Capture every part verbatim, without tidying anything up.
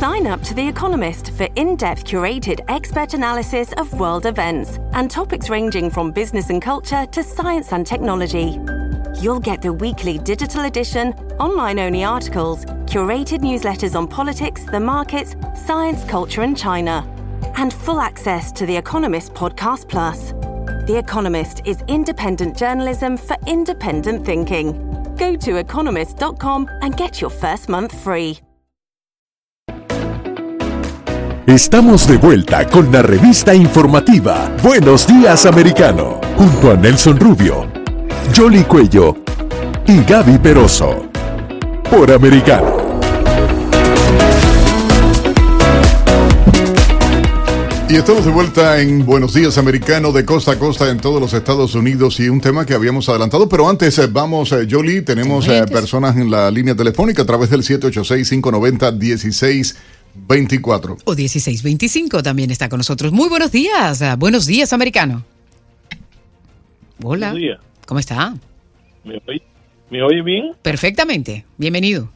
Sign up to The Economist for in-depth curated expert analysis of world events and topics ranging from business and culture to science and technology. You'll get the weekly digital edition, online-only articles, curated newsletters on politics, the markets, science, culture and China, and full access to The Economist Podcast Plus. The Economist is independent journalism for independent thinking. Go to economist dot com and get your first month free. Estamos de vuelta con la revista informativa Buenos Días Americano, junto a Nelson Rubio, Yoli Cuello y Gaby Peroso, por Americano. Y estamos de vuelta en Buenos Días Americano, de costa a costa en todos los Estados Unidos, y un tema que habíamos adelantado, pero antes eh, vamos, eh, Yoli, tenemos eh, personas en la línea telefónica a través del siete ocho seis, cinco nueve cero, uno seis dos cuatro. O dieciséis veinticinco también está con nosotros. Muy buenos días, buenos días Americano. Hola. Buenos días. ¿Cómo está? ¿Me oye, ¿Me oye bien? Perfectamente, bienvenido.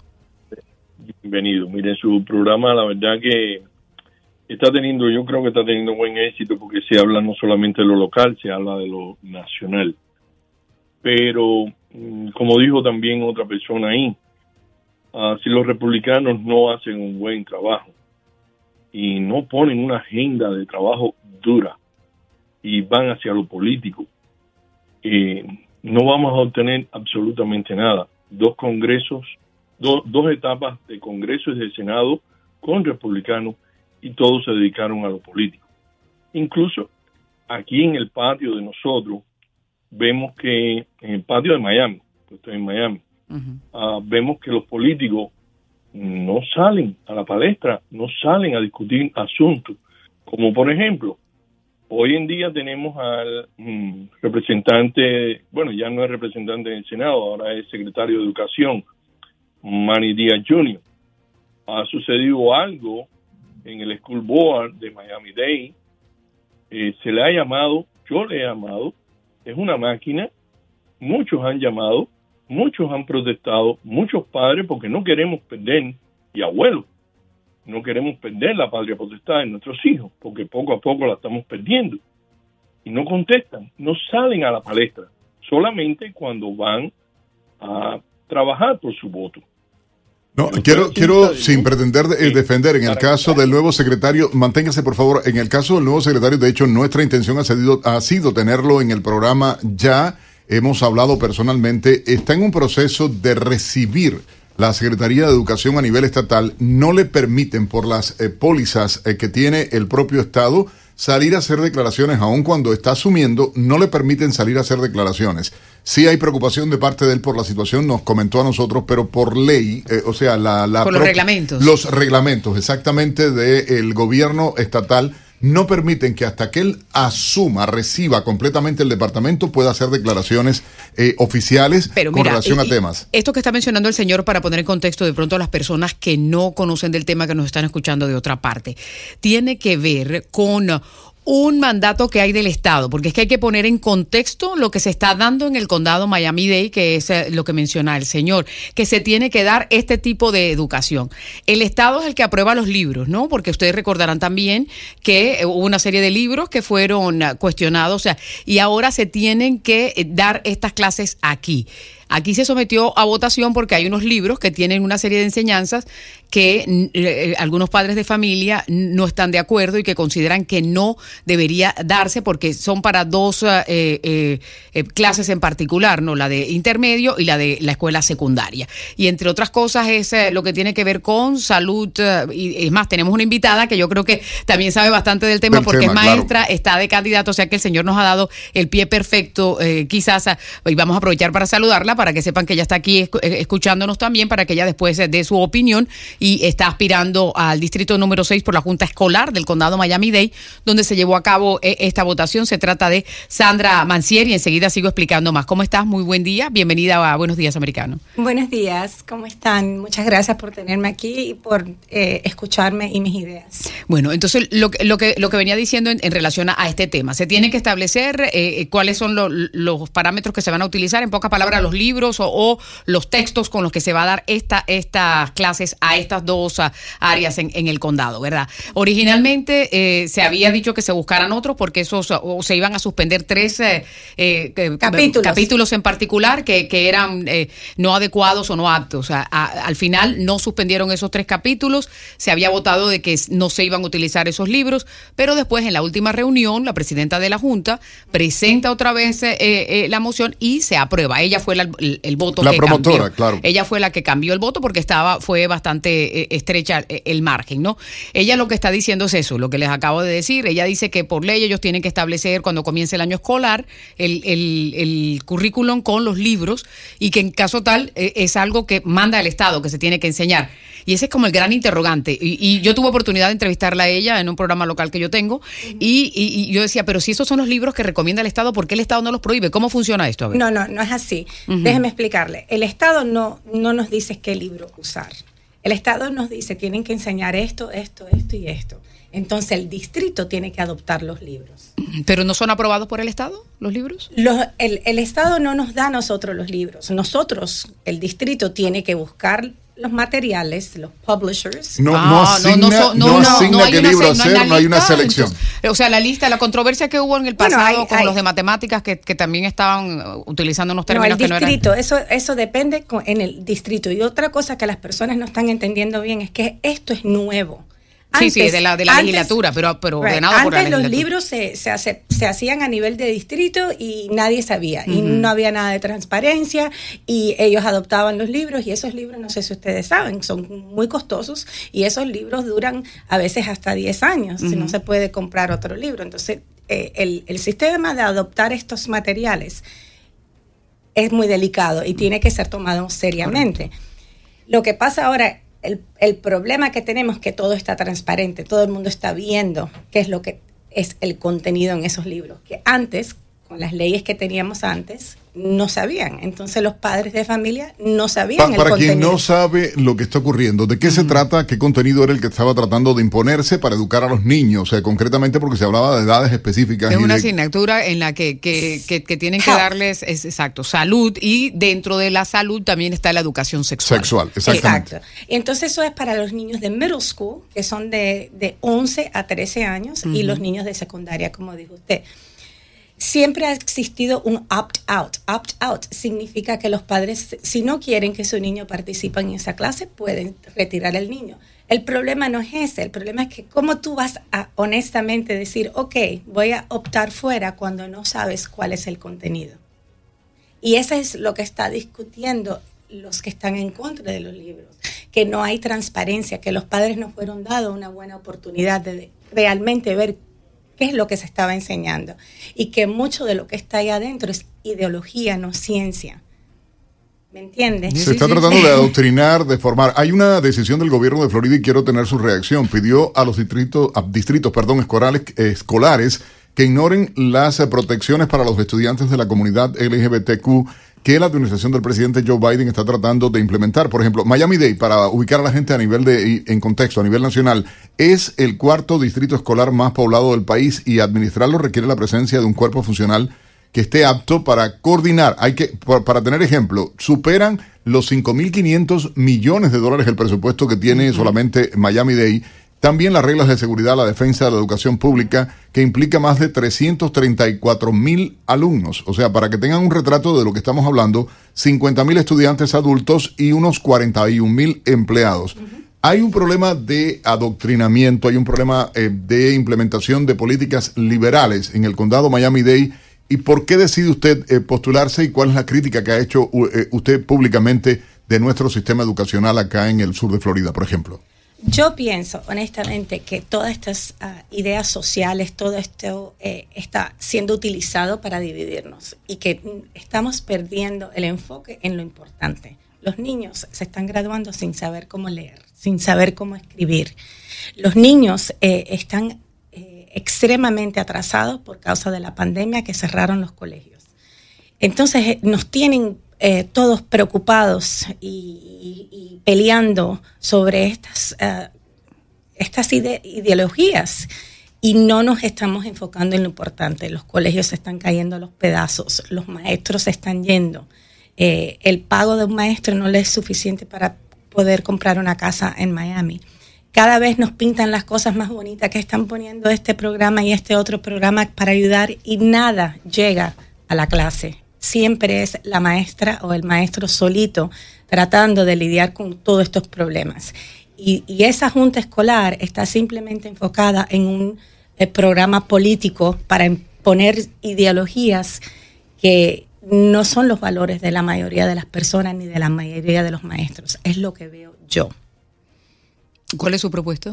Bienvenido. Miren, su programa, la verdad que está teniendo, yo creo que está teniendo buen éxito porque se habla no solamente de lo local, se habla de lo nacional. Pero, como dijo también otra persona ahí, uh, si los republicanos no hacen un buen trabajo y no ponen una agenda de trabajo dura y van hacia lo político, eh, no vamos a obtener absolutamente nada. Dos congresos, do, dos etapas de Congreso y de Senado con republicanos, y todos se dedicaron a lo político. Incluso aquí en el patio de nosotros, vemos que, en el patio de Miami, estoy en Miami, uh-huh. uh, vemos que los políticos no salen a la palestra, no salen a discutir asuntos, como por ejemplo, hoy en día tenemos al mm, representante, bueno, ya no es representante del Senado, ahora es secretario de Educación, Manny Díaz junior Ha sucedido algo en el School Board de Miami-Dade, eh, se le ha llamado, yo le he llamado, es una máquina, muchos han llamado, muchos han protestado, muchos padres, porque no queremos perder, y abuelos, no queremos perder la patria potestad de nuestros hijos, porque poco a poco la estamos perdiendo, y no contestan, no salen a la palestra, solamente cuando van a trabajar por su voto. No, quiero, quiero sin pretender de, defender, en el caso del nuevo secretario, manténgase por favor, en el caso del nuevo secretario, de hecho nuestra intención ha sido, ha sido tenerlo en el programa ya, hemos hablado personalmente, está en un proceso de recibir la Secretaría de Educación a nivel estatal, no le permiten por las eh, pólizas eh, que tiene el propio Estado salir a hacer declaraciones, aun cuando está asumiendo, no le permiten salir a hacer declaraciones. Sí hay preocupación de parte de él por la situación, nos comentó a nosotros, pero por ley, eh, o sea, la, la por los pro- reglamentos. Los reglamentos, exactamente, del gobierno estatal no permiten que hasta que él asuma, reciba completamente el departamento, pueda hacer declaraciones eh, oficiales Pero con mira, relación y, a temas. Esto que está mencionando el señor, para poner en contexto de pronto a las personas que no conocen del tema, que nos están escuchando de otra parte, tiene que ver con un mandato que hay del Estado, porque es que hay que poner en contexto lo que se está dando en el condado Miami-Dade, que es lo que menciona el señor, que se tiene que dar este tipo de educación. El Estado es el que aprueba los libros, ¿no? Porque ustedes recordarán también que hubo una serie de libros que fueron cuestionados, o sea, y ahora se tienen que dar estas clases aquí. Aquí se sometió a votación porque hay unos libros que tienen una serie de enseñanzas que eh, algunos padres de familia no están de acuerdo y que consideran que no debería darse porque son para dos eh, eh, eh, clases en particular, ¿no? La de intermedio y la de la escuela secundaria. Y entre otras cosas es eh, lo que tiene que ver con salud. Eh, y es más, tenemos una invitada que yo creo que también sabe bastante del tema del porque tema, es maestra, claro. Está de candidato, o sea que el señor nos ha dado el pie perfecto, eh, quizás, y vamos a aprovechar para saludarla, para que sepan que ella está aquí escuchándonos también, para que ella después dé su opinión, y está aspirando al distrito número seis por la Junta Escolar del condado Miami-Dade, donde se llevó a cabo esta votación. Se trata de Sandra Mancier y enseguida sigo explicando más. ¿Cómo estás? Muy buen día. Bienvenida a Buenos Días Americano. Buenos días. ¿Cómo están? Muchas gracias por tenerme aquí y por eh, escucharme y mis ideas. Bueno, entonces lo que, lo que, lo que venía diciendo en, en relación a, a este tema, se tiene que establecer eh, cuáles son lo, los parámetros que se van a utilizar, en pocas palabras, los libros libros o, o los textos con los que se va a dar esta, estas clases a estas dos uh, áreas en, en el condado, ¿verdad? Originalmente eh, se había dicho que se buscaran otros porque esos o se iban a suspender tres eh, eh, capítulos. capítulos en particular que, que eran eh, no adecuados o no aptos. O sea, a, al final no suspendieron esos tres capítulos, se había votado de que no se iban a utilizar esos libros, pero después en la última reunión la presidenta de la Junta presenta otra vez eh, eh, la moción y se aprueba. Ella fue la, el, el voto la que promotora, cambió. Claro. Ella fue la que cambió el voto porque estaba fue bastante eh, estrecha eh, el margen, ¿no? Ella lo que está diciendo es eso, lo que les acabo de decir. Ella dice que por ley ellos tienen que establecer cuando comience el año escolar el, el, el currículum con los libros y que en caso tal eh, es algo que manda el Estado, que se tiene que enseñar. Y ese es como el gran interrogante. Y, y yo tuve oportunidad de entrevistarla a ella en un programa local que yo tengo y, y, y yo decía, pero si esos son los libros que recomienda el Estado, ¿por qué el Estado no los prohíbe? ¿Cómo funciona esto? A ver. No, no, no es así. Uh-huh. Déjeme explicarle. El Estado no, no nos dice qué libro usar. El Estado nos dice, tienen que enseñar esto, esto, esto y esto. Entonces el distrito tiene que adoptar los libros. ¿Pero no son aprobados por el Estado, los libros? Los, el, el Estado no nos da a nosotros los libros. Nosotros, el distrito, tiene que buscar los materiales, los publishers. No, ah, no asigna, no, no, no, no asigna no qué libro hacer, no, no hay una selección. Entonces, o sea, la lista, la controversia que hubo en el pasado bueno, hay, con hay, los de matemáticas que, que también estaban utilizando unos términos no, el que distrito, no eran. Eso, eso depende con, en el distrito. Y otra cosa que las personas no están entendiendo bien es que esto es nuevo. Antes, sí, sí, de la, de la antes, legislatura, pero, pero right, ordenado por la legislatura. Antes los libros se, se, hace, se hacían a nivel de distrito y nadie sabía. Uh-huh. Y no había nada de transparencia y ellos adoptaban los libros y esos libros, no sé si ustedes saben, son muy costosos y esos libros duran a veces hasta diez años. Uh-huh. Si no se puede comprar otro libro. Entonces, eh, el, el sistema de adoptar estos materiales es muy delicado y tiene que ser tomado seriamente. Correcto. Lo que pasa ahora... El, el problema que tenemos es que todo está transparente, todo el mundo está viendo qué es lo que es el contenido en esos libros, que antes, con las leyes que teníamos antes, no sabían. Entonces los padres de familia no sabían pa, el para contenido. Para quien no sabe lo que está ocurriendo, ¿de qué uh-huh. se trata? ¿Qué contenido era el que estaba tratando de imponerse para educar a los niños? O sea, concretamente porque se hablaba de edades específicas. Es y una de... asignatura en la que, que, que, que tienen que darles, es, exacto, salud, y dentro de la salud también está la educación sexual. Sexual, exactamente. Exacto. Y entonces eso es para los niños de middle school, que son de, de once a trece años, uh-huh. y los niños de secundaria, como dijo usted. Siempre ha existido un opt-out. Opt-out significa que los padres, si no quieren que su niño participe en esa clase, pueden retirar al niño. El problema no es ese, el problema es que cómo tú vas a honestamente decir, ok, voy a optar fuera cuando no sabes cuál es el contenido. Y eso es lo que está discutiendo los que están en contra de los libros, que no hay transparencia, que los padres no fueron dados una buena oportunidad de realmente ver qué es lo que se estaba enseñando y que mucho de lo que está ahí adentro es ideología, no ciencia. ¿Me entiendes? Se está tratando de adoctrinar, de formar. Hay una decisión del gobierno de Florida y quiero tener su reacción. Pidió a los distritos, a distritos, perdón, escolares, escolares que ignoren las protecciones para los estudiantes de la comunidad L G B T Q que la administración del presidente Joe Biden está tratando de implementar. Por ejemplo, Miami-Dade, para ubicar a la gente a nivel de, en contexto, a nivel nacional, es el cuarto distrito escolar más poblado del país y administrarlo requiere la presencia de un cuerpo funcional que esté apto para coordinar. Hay que, para tener ejemplo, superan los cinco mil quinientos millones de dólares el presupuesto que tiene uh-huh. solamente Miami-Dade. También las reglas de seguridad, la defensa de la educación pública, que implica más de trescientos treinta y cuatro mil alumnos. O sea, para que tengan un retrato de lo que estamos hablando, cincuenta mil estudiantes adultos y unos cuarenta y un mil empleados. Uh-huh. Hay un problema de adoctrinamiento, hay un problema eh, de implementación de políticas liberales en el condado Miami-Dade. ¿Y por qué decide usted eh, postularse y cuál es la crítica que ha hecho eh, usted públicamente de nuestro sistema educacional acá en el sur de Florida, por ejemplo? Yo pienso, honestamente, que todas estas uh, ideas sociales, todo esto eh, está siendo utilizado para dividirnos y que estamos perdiendo el enfoque en lo importante. Los niños se están graduando sin saber cómo leer, sin saber cómo escribir. Los niños eh, están eh, extremadamente atrasados por causa de la pandemia que cerraron los colegios. Entonces eh, nos tienen Eh, todos preocupados y, y, y peleando sobre estas, uh, estas ide- ideologías y no nos estamos enfocando en lo importante. Los colegios se están cayendo a los pedazos, los maestros se están yendo eh, el pago de un maestro no le es suficiente para poder comprar una casa en Miami. Cada vez nos pintan las cosas más bonitas que están poniendo este programa y este otro programa para ayudar y nada llega a la clase. Siempre es la maestra o el maestro solito tratando de lidiar con todos estos problemas. Y, y esa junta escolar está simplemente enfocada en un eh, programa político para imponer ideologías que no son los valores de la mayoría de las personas ni de la mayoría de los maestros. Es lo que veo yo. ¿Cuál es su propuesta?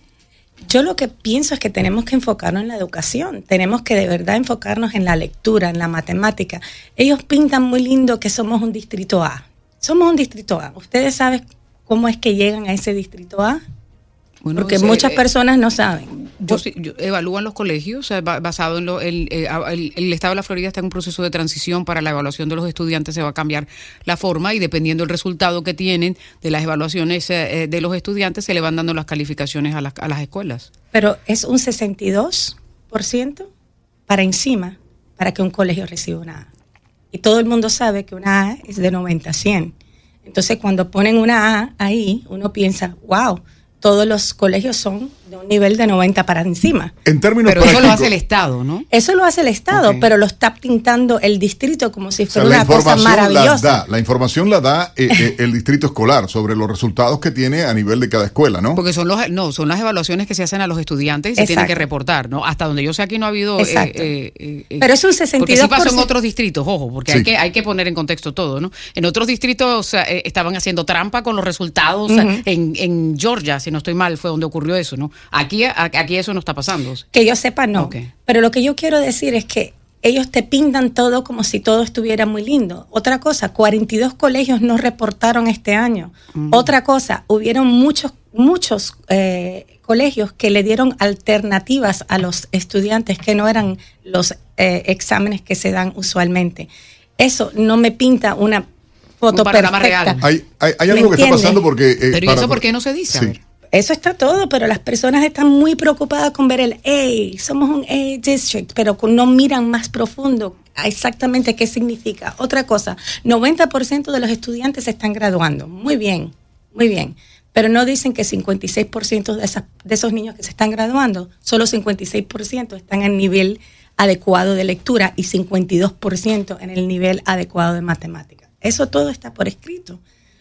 Yo lo que pienso es que tenemos que enfocarnos en la educación. Tenemos que de verdad enfocarnos en la lectura, en la matemática. Ellos pintan muy lindo que somos un distrito A. Somos un distrito A. ¿Ustedes saben cómo es que llegan a ese distrito A? Bueno, porque se, muchas personas no saben. Yo, yo, evalúan los colegios, o sea, basado en lo, el, el, el estado de la Florida está en un proceso de transición para la evaluación de los estudiantes, se va a cambiar la forma y dependiendo del resultado que tienen de las evaluaciones eh, de los estudiantes se le van dando las calificaciones a las, a las escuelas. Pero es un sesenta y dos por ciento para encima para que un colegio reciba una A. Y todo el mundo sabe que una A es de noventa a cien. Entonces cuando ponen una A ahí, uno piensa, wow, todos los colegios son de un nivel de noventa para encima. En términos pero prácticos, eso lo hace el Estado, ¿no? Eso lo hace el Estado, okay. Pero lo está pintando el distrito como si fuera o sea, una cosa maravillosa. La, da, la información la da eh, eh, el distrito escolar sobre los resultados que tiene a nivel de cada escuela, ¿no? Porque son los no son las evaluaciones que se hacen a los estudiantes y se Exacto. tienen que reportar, ¿no? Hasta donde yo sé aquí no ha habido... Exacto. Eh, eh, eh, pero es un sesenta y dos por ciento. Porque sí pasó en otros distritos, ojo, porque sí. hay que hay que poner en contexto todo, ¿no? En otros distritos o sea, eh, estaban haciendo trampa con los resultados. Uh-huh. O sea, en, en Georgia, si no estoy mal, fue donde ocurrió eso, ¿no? Aquí, aquí eso no está pasando. Que yo sepa, no. Okay. Pero lo que yo quiero decir es que ellos te pintan todo como si todo estuviera muy lindo. Otra cosa, cuarenta y dos colegios no reportaron este año. Mm. Otra cosa, hubieron muchos, muchos eh, colegios que le dieron alternativas a los estudiantes que no eran los eh, exámenes que se dan usualmente. Eso no me pinta una foto un perfecta. Real. Hay, hay, hay algo que está pasando porque... Eh, Pero ¿y eso por qué no se dice? Sí. Eso está todo, pero las personas están muy preocupadas con ver el A, somos un A district, pero no miran más profundo exactamente qué significa. Otra cosa, noventa por ciento de los estudiantes se están graduando. Muy bien, muy bien. Pero no dicen que cincuenta y seis por ciento de, esas, de esos niños que se están graduando, solo cincuenta y seis por ciento están en nivel adecuado de lectura y cincuenta y dos por ciento en el nivel adecuado de matemática. Eso todo está por escrito.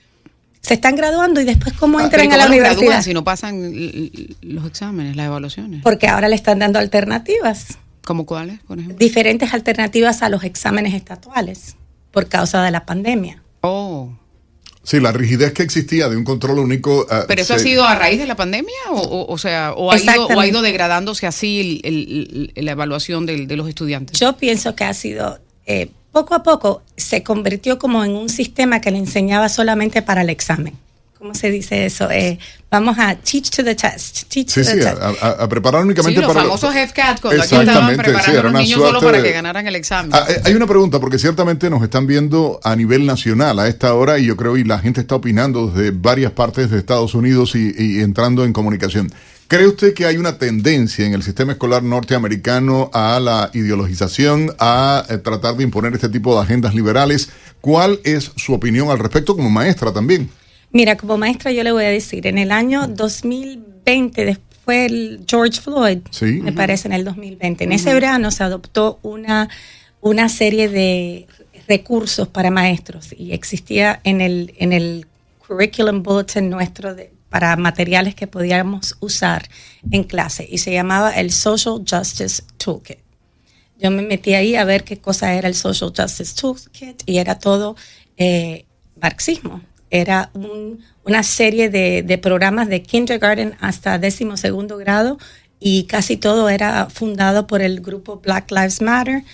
Se están graduando y después cómo entran ¿cómo a la universidad. Gradúan si no pasan los exámenes, las evaluaciones? Porque ahora le están dando alternativas. ¿Cómo cuáles, por ejemplo? Diferentes alternativas a los exámenes estatuales por causa de la pandemia. Oh. Sí, la rigidez que existía de un control único. Uh, ¿Pero eso se... ha sido a raíz de la pandemia? O, o, o sea, o ha, ido, o ha ido degradándose así el, el, el, la evaluación de, de los estudiantes? Yo pienso que ha sido... Eh, poco a poco se convirtió como en un sistema que le enseñaba solamente para el examen. ¿Cómo se dice eso? Eh, vamos a teach to the test. Teach sí, to the sí, test. A, a, a preparar únicamente sí, para... los famosos F C A T, cuando aquí estaban preparando sí, a los niños solo para de... que ganaran el examen. Ah, eh, hay una pregunta, porque ciertamente nos están viendo a nivel nacional a esta hora y yo creo y la gente está opinando desde varias partes de Estados Unidos y, y entrando en comunicación. ¿Cree usted que hay una tendencia en el sistema escolar norteamericano a la ideologización, a eh, tratar de imponer este tipo de agendas liberales? ¿Cuál es su opinión al respecto como maestra también? Mira, como maestra yo le voy a decir, en el año dos mil veinte, fue el George Floyd, sí. me uh-huh. parece, en el dos mil veinte. En uh-huh. ese verano se adoptó una, una serie de recursos para maestros y existía en el, en el curriculum bulletin nuestro de para materiales que podíamos usar en clase y se llamaba el Social Justice Toolkit. Yo me metí ahí a ver qué cosa era el Social Justice Toolkit y era todo eh, marxismo. Era un, una serie de, de programas de kindergarten hasta décimo segundo grado y casi todo era fundado por el grupo Black Lives Matter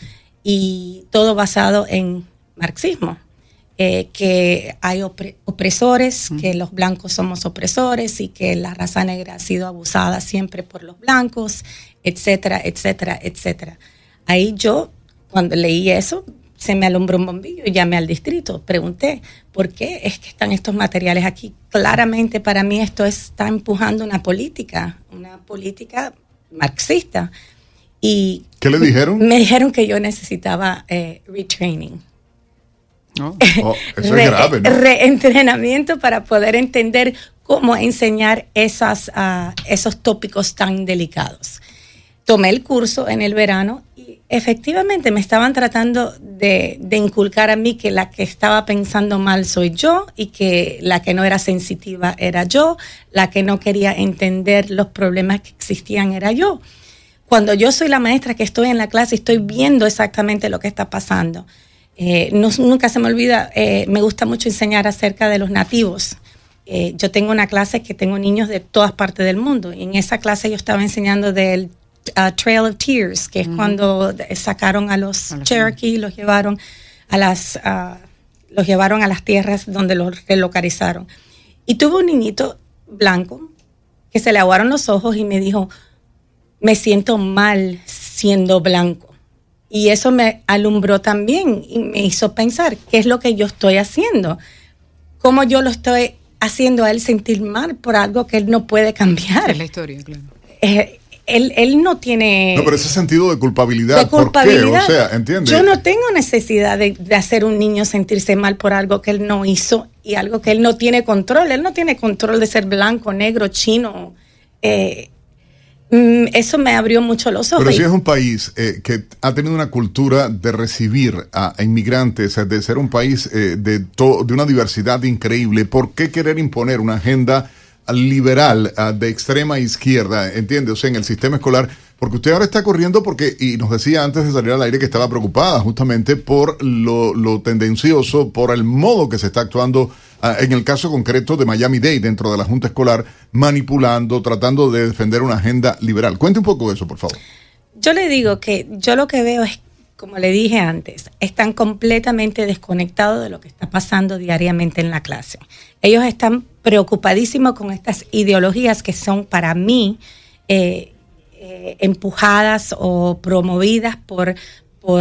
y todo basado en marxismo. Eh, que hay opre- opresores, mm. que los blancos somos opresores y que la raza negra ha sido abusada siempre por los blancos, etcétera, etcétera, etcétera. Ahí yo, cuando leí eso, se me alumbró un bombillo y llamé al distrito, pregunté, ¿por qué es que están estos materiales aquí? Claramente para mí esto está empujando una política, una política marxista. Y ¿qué le dijeron? Me dijeron que yo necesitaba eh, retraining. Oh. Oh, eso re, es grave, ¿no? Reentrenamiento para poder entender cómo enseñar esas, uh, esos tópicos tan delicados. Tomé el curso en el verano y efectivamente me estaban tratando de, de inculcar a mí que la que estaba pensando mal soy yo y que la que no era sensitiva era yo, la que no quería entender los problemas que existían era yo. Cuando yo soy la maestra que estoy en la clase y estoy viendo exactamente lo que está pasando. Eh, no, nunca se me olvida, eh, me gusta mucho enseñar acerca de los nativos. Eh, yo tengo una clase que tengo niños de todas partes del mundo y en esa clase yo estaba enseñando del Uh, Trail of Tears, que es uh-huh. cuando sacaron a los a Cherokee, los llevaron a las uh, los llevaron a las tierras donde los relocalizaron. Y tuve un niñito blanco que se le aguaron los ojos y me dijo, me siento mal siendo blanco. Y eso me alumbró también y me hizo pensar, ¿qué es lo que yo estoy haciendo? ¿Cómo yo lo estoy haciendo a él sentir mal por algo que él no puede cambiar? Es la historia, claro. Eh, Él, él no tiene... No, pero ese sentido de culpabilidad, de culpabilidad. ¿por qué? O sea, ¿entiendes? Yo no tengo necesidad de, de hacer un niño sentirse mal por algo que él no hizo y algo que él no tiene control. Él no tiene control de ser blanco, negro, chino. Eh, eso me abrió mucho los ojos. Pero si es un país eh, que ha tenido una cultura de recibir a, a inmigrantes, de ser un país eh, de, to, de una diversidad increíble, ¿por qué querer imponer una agenda liberal uh, de extrema izquierda, entiende? O sea, en el sistema escolar, porque usted ahora está corriendo porque, y nos decía antes de salir al aire que estaba preocupada justamente por lo, lo tendencioso, por el modo que se está actuando uh, en el caso concreto de Miami-Dade dentro de la Junta Escolar, manipulando, tratando de defender una agenda liberal. Cuente un poco de eso, por favor. Yo le digo que yo lo que veo es, como le dije antes, están completamente desconectados de lo que está pasando diariamente en la clase. Ellos están preocupadísimos con estas ideologías que son para mí eh, eh, empujadas o promovidas por, por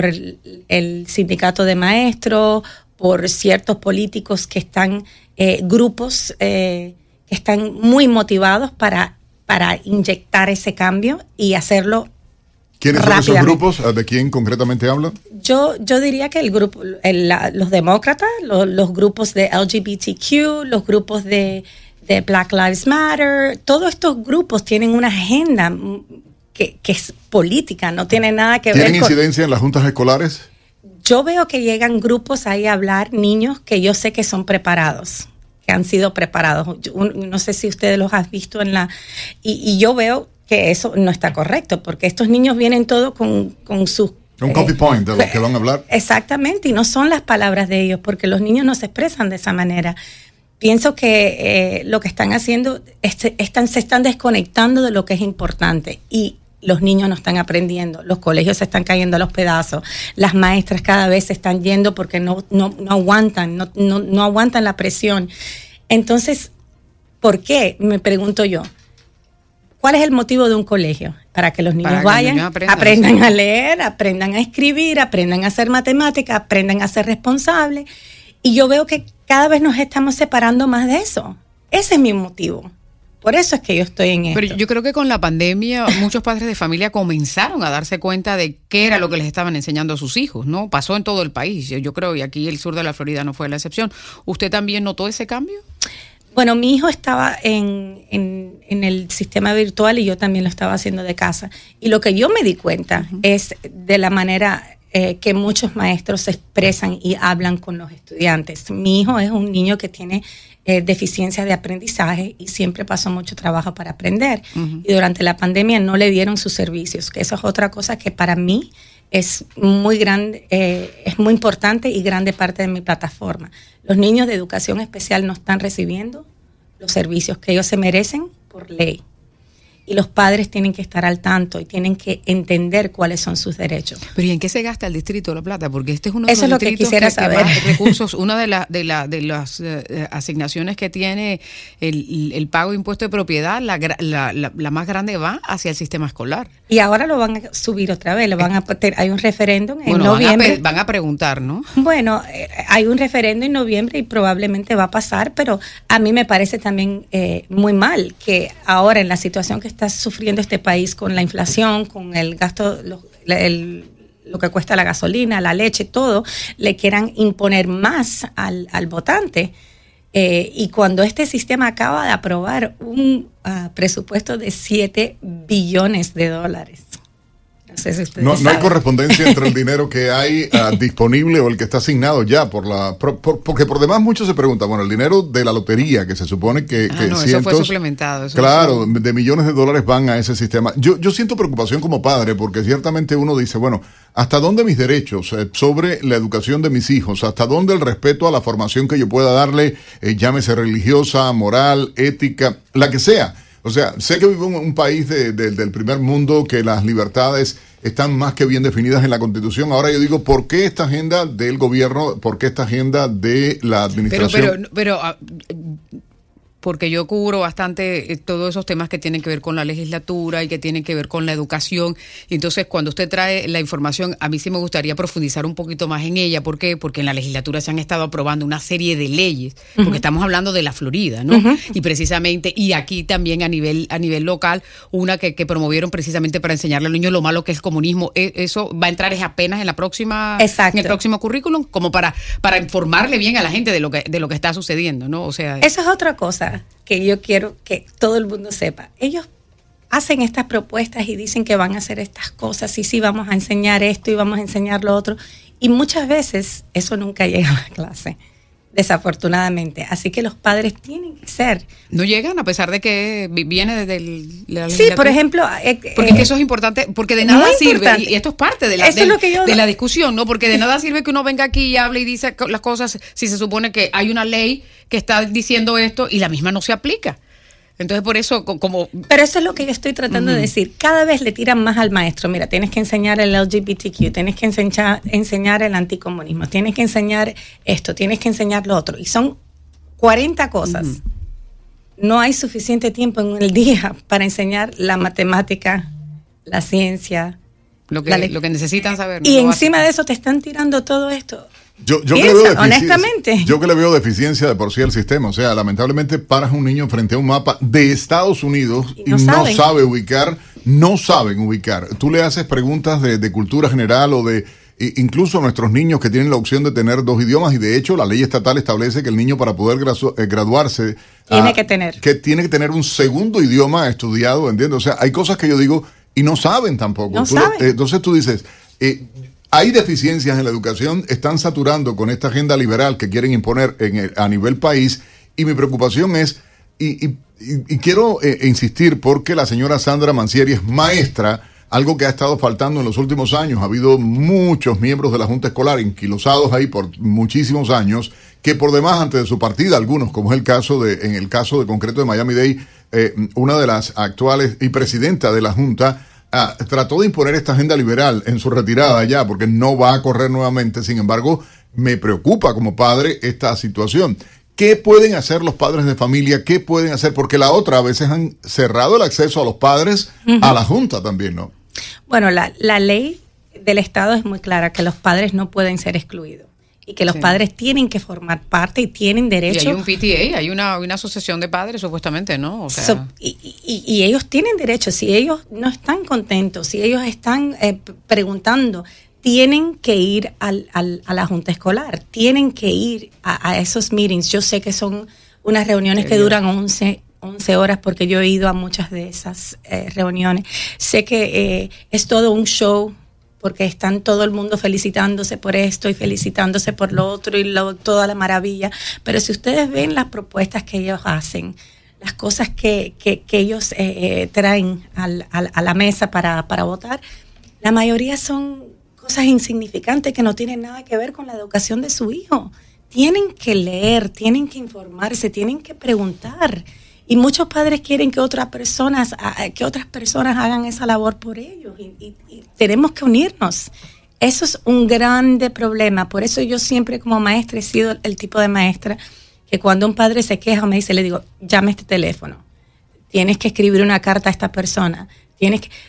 el sindicato de maestros, por ciertos políticos que están, eh, grupos eh, que están muy motivados para, para inyectar ese cambio y hacerlo. ¿Quiénes son esos grupos? ¿De quién concretamente hablan? Yo, yo diría que el grupo, el, la, los demócratas, los, los grupos de L G B T Q, los grupos de, de Black Lives Matter, todos estos grupos tienen una agenda que, que es política, no tiene nada que ver con... ¿Tienen incidencia en las juntas escolares? Yo veo que llegan grupos ahí a hablar, niños que yo sé que son preparados, que han sido preparados. Yo, no sé si ustedes los han visto en la... Y, y yo veo que eso no está correcto, porque estos niños vienen todos con, con sus... Un copy point de lo que van a hablar. Exactamente, y no son las palabras de ellos, porque los niños no se expresan de esa manera. Pienso que eh, lo que están haciendo, es, están, se están desconectando de lo que es importante, y los niños no están aprendiendo, los colegios se están cayendo a los pedazos, las maestras cada vez se están yendo porque no, no, no aguantan, no, no, no aguantan la presión. Entonces, ¿por qué? Me pregunto yo. ¿Cuál es el motivo de un colegio? Para que los niños Para vayan, niños aprendan, aprendan a leer, aprendan a escribir, aprendan a hacer matemáticas, aprendan a ser responsables. Y yo veo que cada vez nos estamos separando más de eso. Ese es mi motivo. Por eso es que yo estoy en esto. Pero yo creo que con la pandemia muchos padres de familia comenzaron a darse cuenta de qué era lo que les estaban enseñando a sus hijos, ¿no? Pasó en todo el país, yo creo, y aquí el sur de la Florida no fue la excepción. ¿Usted también notó ese cambio? Bueno, mi hijo estaba en, en, en el sistema virtual y yo también lo estaba haciendo de casa. Y lo que yo me di cuenta uh-huh. es de la manera eh, que muchos maestros se expresan y hablan con los estudiantes. Mi hijo es un niño que tiene eh, deficiencia de aprendizaje y siempre pasó mucho trabajo para aprender. Uh-huh. Y durante la pandemia no le dieron sus servicios, que eso es otra cosa que para mí es muy grande, eh, es muy importante y grande parte de mi plataforma. Los niños de educación especial no están recibiendo los servicios que ellos se merecen por ley. Y los padres tienen que estar al tanto y tienen que entender cuáles son sus derechos. Pero ¿y en qué se gasta el Distrito de La Plata? Porque este es uno de Eso los es lo que distritos quisiera que, saber. que más recursos, una de, la, de, la, de las eh, asignaciones que tiene el, el pago de impuesto de propiedad, la, la, la, la más grande va hacia el sistema escolar. Y ahora lo van a subir otra vez, lo van a hay un referéndum en bueno, noviembre. Van a, van a preguntar, ¿no? Bueno, eh, hay un referéndum en noviembre y probablemente va a pasar, pero a mí me parece también eh, muy mal que ahora en la situación que está sufriendo este país con la inflación, con el gasto, los, el, lo que cuesta la gasolina, la leche, todo, le quieran imponer más al, al votante. Eh, y cuando este sistema acaba de aprobar un uh, presupuesto de siete billones de dólares. No sé si ustedes No, saben. no hay correspondencia entre el dinero que hay uh, disponible o el que está asignado ya por la... Por, por, porque por demás muchos se preguntan, bueno, el dinero de la lotería que se supone que, Ah, que no, cientos... eso fue suplementado. Eso Claro, eso. de millones de dólares van a ese sistema. Yo, yo siento preocupación como padre porque ciertamente uno dice, bueno, ¿hasta dónde mis derechos eh, sobre la educación de mis hijos? ¿Hasta dónde el respeto a la formación que yo pueda darle, eh, llámese religiosa, moral, ética, la que sea? O sea, sé que vivo en un país de, de, del primer mundo, que las libertades están más que bien definidas en la Constitución. Ahora yo digo, ¿por qué esta agenda del gobierno, por qué esta agenda de la administración? Pero, pero, pero ah, porque yo cubro bastante eh, todos esos temas que tienen que ver con la legislatura y que tienen que ver con la educación. Y entonces, cuando usted trae la información, a mí sí me gustaría profundizar un poquito más en ella. ¿Por qué? Porque en la legislatura se han estado aprobando una serie de leyes, porque uh-huh. estamos hablando de la Florida, ¿no? Uh-huh. Y precisamente, y aquí también a nivel a nivel local, una que, que promovieron precisamente para enseñarle a los niños lo malo que es el comunismo. Eso va a entrar es apenas en la próxima, Exacto. en el próximo currículum, como para, para informarle bien a la gente de lo que, de lo que está sucediendo, ¿no? O sea, eso es otra cosa que yo quiero que todo el mundo sepa. Ellos hacen estas propuestas y dicen que van a hacer estas cosas y sí vamos a enseñar esto y vamos a enseñar lo otro, y muchas veces eso nunca llega a la clase, desafortunadamente. Así que los padres tienen que ser. No llegan a pesar de que viene desde el, la sí, por ejemplo, eh, porque eh, eso es importante, porque de nada sirve, importante. Y esto es parte de la, eso de, es lo que yo, de la discusión, ¿no? Porque de nada sirve que uno venga aquí y hable y dice las cosas si se supone que hay una ley que está diciendo esto y la misma no se aplica. Entonces, por eso, como... Pero eso es lo que yo estoy tratando uh-huh. de decir. Cada vez le tiran más al maestro. Mira, tienes que enseñar el L G B T Q, tienes que enseñar, enseñar el anticomunismo, tienes que enseñar esto, tienes que enseñar lo otro. Y son cuarenta cosas. Uh-huh. No hay suficiente tiempo en el día para enseñar la matemática, la ciencia. Lo que, la lo que necesitan saber. ¿no? Y Lo encima básico. de eso te están tirando todo esto. Yo, yo, Piensa, que le veo honestamente. yo que le veo deficiencia de por sí al sistema. O sea, lamentablemente paras a un niño frente a un mapa de Estados Unidos y no, y no sabe ubicar, no saben ubicar. Tú le haces preguntas de, de cultura general o de... Incluso a nuestros niños que tienen la opción de tener dos idiomas, y de hecho la ley estatal establece que el niño para poder gradu- eh, graduarse... Tiene uh, que tener. Que tiene que tener un segundo idioma estudiado, ¿entiendes? O sea, hay cosas que yo digo y no saben tampoco. No tú, saben. Eh, entonces tú dices... Eh, hay deficiencias en la educación, están saturando con esta agenda liberal que quieren imponer en el, a nivel país, y mi preocupación es, y, y, y quiero eh, insistir porque la señora Sandra Mansieri es maestra, algo que ha estado faltando en los últimos años. Ha habido muchos miembros de la Junta Escolar enquilosados ahí por muchísimos años, que por demás antes de su partida, algunos, como es el caso de, en el caso de concreto de Miami-Dade, eh, una de las actuales y presidenta de la Junta, Ah, trató de imponer esta agenda liberal en su retirada ya, porque no va a correr nuevamente. Sin embargo, me preocupa como padre esta situación. ¿Qué pueden hacer los padres de familia? ¿Qué pueden hacer? Porque la otra, a veces han cerrado el acceso a los padres uh-huh. a la Junta también, ¿no? Bueno, la, la ley del Estado es muy clara, que los padres no pueden ser excluidos. Y que los sí. padres tienen que formar parte y tienen derecho. Y hay un P T A, hay una, una asociación de padres supuestamente, ¿no? O sea, so, y, y, y ellos tienen derecho. Si ellos no están contentos, si ellos están eh, preguntando, tienen que ir al, al, a la junta escolar, tienen que ir a, a esos meetings. Yo sé que son unas reuniones que duran once horas, porque yo he ido a muchas de esas eh, reuniones. Sé que eh, es todo un show, porque están todo el mundo felicitándose por esto y felicitándose por lo otro y lo, toda la maravilla. Pero si ustedes ven las propuestas que ellos hacen, las cosas que, que, que ellos eh, eh, traen al, al, a la mesa para, para votar, la mayoría son cosas insignificantes que no tienen nada que ver con la educación de su hijo. Tienen que leer, tienen que informarse, tienen que preguntar. Y muchos padres quieren que otras personas, que otras personas hagan esa labor por ellos. Y, y, y tenemos que unirnos. Eso es un grande problema. Por eso yo siempre como maestra he sido el tipo de maestra que cuando un padre se queja me dice, le digo, llame a este teléfono. Tienes que escribir una carta a esta persona. Tienes que...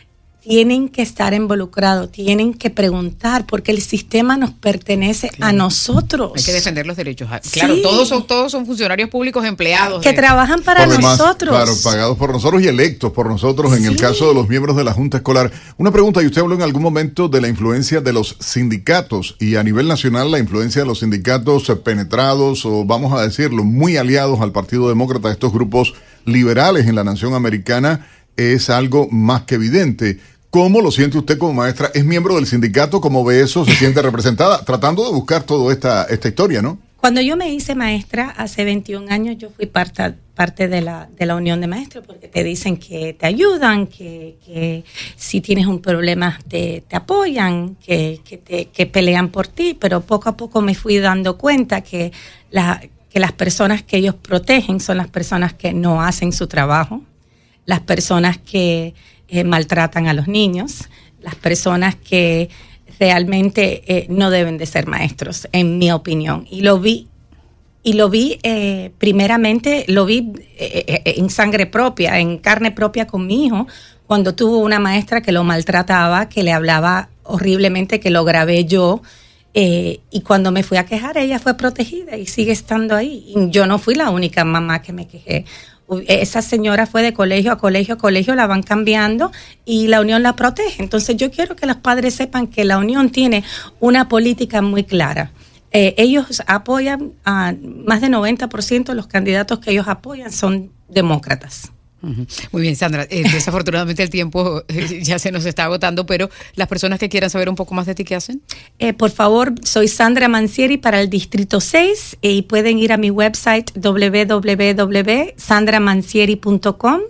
tienen que estar involucrados, tienen que preguntar, porque el sistema nos pertenece claro. a nosotros. Hay que defender los derechos. Claro, sí. todos son todos son funcionarios públicos empleados. Que de... trabajan para por demás, nosotros. Claro, pagados por nosotros y electos por nosotros en sí. el caso de los miembros de la Junta Escolar. Una pregunta, y usted habló en algún momento de la influencia de los sindicatos y a nivel nacional la influencia de los sindicatos penetrados o vamos a decirlo, muy aliados al Partido Demócrata, estos grupos liberales en la nación americana, es algo más que evidente. ¿Cómo lo siente usted como maestra? ¿Es miembro del sindicato? ¿Cómo ve eso? ¿Se siente representada? Tratando de buscar toda esta, esta historia, ¿no? Cuando yo me hice maestra hace veintiún años, yo fui parte, parte de, la, de la Unión de Maestros, porque te dicen que te ayudan, que, que si tienes un problema te, te apoyan, que, que, te, que pelean por ti, pero poco a poco me fui dando cuenta que, la, que las personas que ellos protegen son las personas que no hacen su trabajo, las personas que eh, maltratan a los niños, las personas que realmente eh, no deben de ser maestros, en mi opinión. Y lo vi, y lo vi eh, primeramente, lo vi eh, eh, en sangre propia, en carne propia con mi hijo, cuando tuvo una maestra que lo maltrataba, que le hablaba horriblemente, que lo grabé yo, eh, y cuando me fui a quejar, ella fue protegida y sigue estando ahí. Y yo no fui la única mamá que me quejé. Esa señora fue de colegio a colegio a colegio, la van cambiando y la Unión la protege. Entonces yo quiero que los padres sepan que la Unión tiene una política muy clara. Eh, ellos apoyan, a más del noventa por ciento de los candidatos que ellos apoyan son demócratas. Uh-huh. Muy bien, Sandra. Eh, desafortunadamente el tiempo eh, ya se nos está agotando, pero las personas que quieran saber un poco más de ti, ¿qué hacen? Eh, por favor, soy Sandra Mansieri para el Distrito seis eh, y pueden ir a mi website doble u doble u doble u punto sandra mansieri punto com.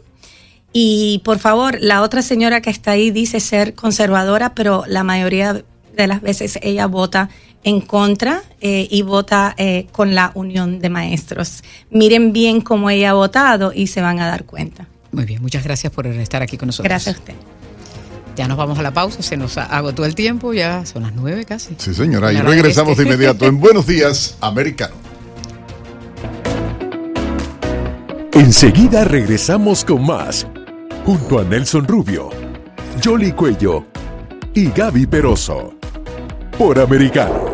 Y por favor, la otra señora que está ahí dice ser conservadora, pero la mayoría de las veces ella vota en contra eh, y vota eh, con la Unión de Maestros. Miren bien cómo ella ha votado y se van a dar cuenta. Muy bien, muchas gracias por estar aquí con nosotros. Gracias a usted. Ya nos vamos a la pausa, se nos agotó el tiempo, ya son las nueve casi. Sí, señora, y regresamos de inmediato en Buenos Días, Americano. Enseguida regresamos con más, junto a Nelson Rubio, Yoli Cuello y Gaby Peroso, por Americano.